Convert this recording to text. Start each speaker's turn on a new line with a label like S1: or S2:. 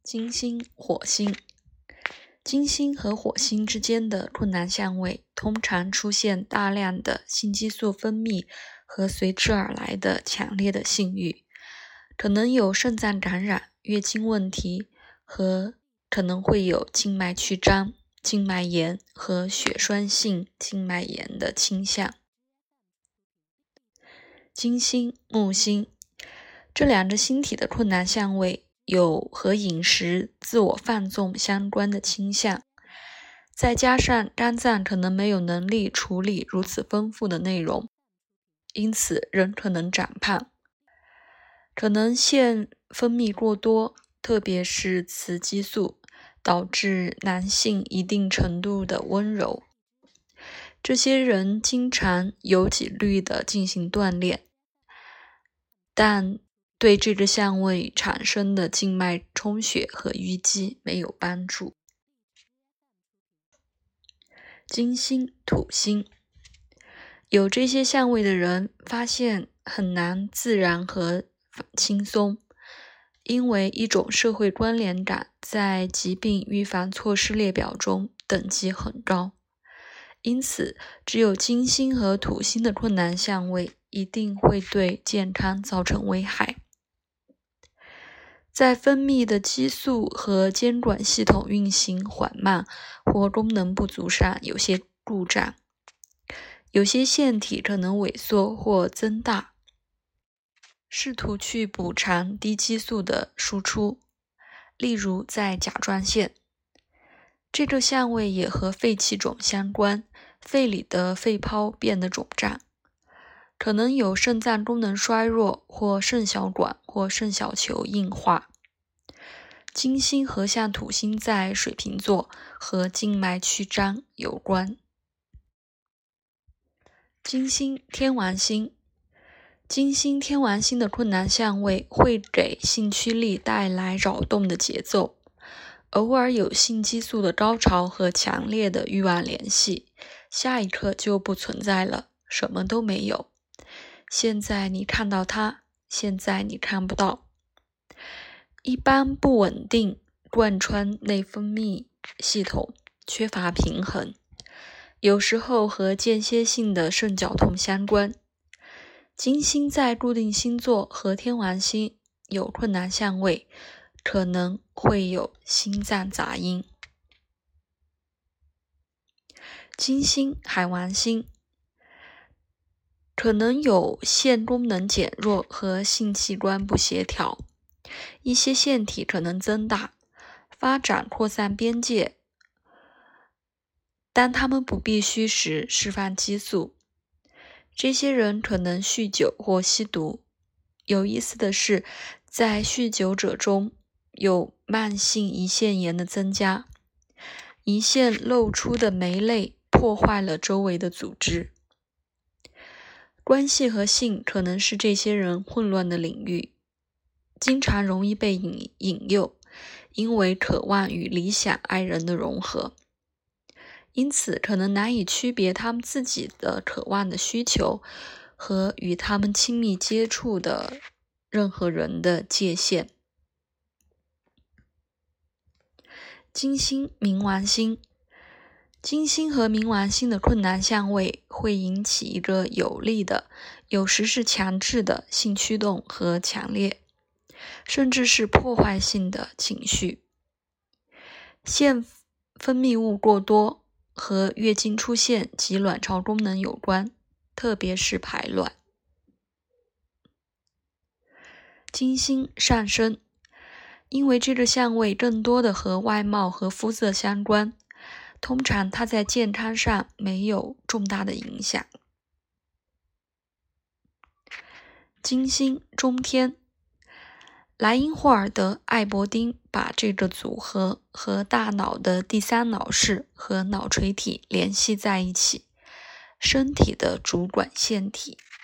S1: 金星、火星。金星和火星之间的困难相位，通常出现大量的性激素分泌和随之而来的强烈的性欲，可能有肾脏感染、月经问题和可能会有静脉曲张、静脉炎和血栓性静脉炎的倾向。金星、木星这两个星体的困难相位有和饮食、自我放纵相关的倾向，再加上肝脏可能没有能力处理如此丰富的内容，因此人可能长胖，可能腺分泌过多，特别是雌激素，导致男性一定程度的温柔。这些人经常有纪律地进行锻炼，但对这个相位产生的静脉充血和淤积没有帮助。金星、土星。有这些相位的人发现很难自然和轻松，因为一种社会关联感在疾病预防措施列表中等级很高，因此只有金星和土星的困难相位一定会对健康造成危害。在分泌的激素和监管系统运行缓慢或功能不足上有些故障，有些腺体可能萎缩或增大，试图去补偿低激素的输出，例如在甲状腺。这个相位也和肺气肿相关，肺里的肺泡变得肿胀，可能有肾脏功能衰弱或肾小管或肾小球硬化。金星合相土星在水瓶座，和静脉曲张有关。金星、天王星。金星、天王星的困难相位会给性驱力带来扰动的节奏，偶尔有性激素的高潮和强烈的欲望联系，下一刻就不存在了，什么都没有。现在你看到它，现在你看不到。一般不稳定，贯穿内分泌系统，缺乏平衡，有时候和间歇性的肾绞痛相关。金星在固定星座和天王星有困难相位，可能会有心脏杂音。金星、海王星可能有腺功能减弱和性器官不协调，一些腺体可能增大，发展扩散边界，当他们不必须时释放激素。这些人可能酗酒或吸毒。有意思的是，在酗酒者中有慢性胰腺炎的增加，胰腺漏出的酶类破坏了周围的组织。关系和性可能是这些人混乱的领域，经常容易被引诱，因为渴望与理想爱人的融合，因此可能难以区别他们自己的渴望的需求和与他们亲密接触的任何人的界限。金星、冥王星。金星和冥王星的困难相位会引起一个有力的，有时是强制的性驱动和强烈，甚至是破坏性的情绪。腺分泌物过多和月经出现及卵巢功能有关，特别是排卵。金星上升。因为这个相位更多的和外貌和肤色相关，通常它在健康上没有重大的影响。金星中天。莱因霍尔德·艾伯丁把这个组合和大脑的第三脑室和脑垂体联系在一起，身体的主管腺体。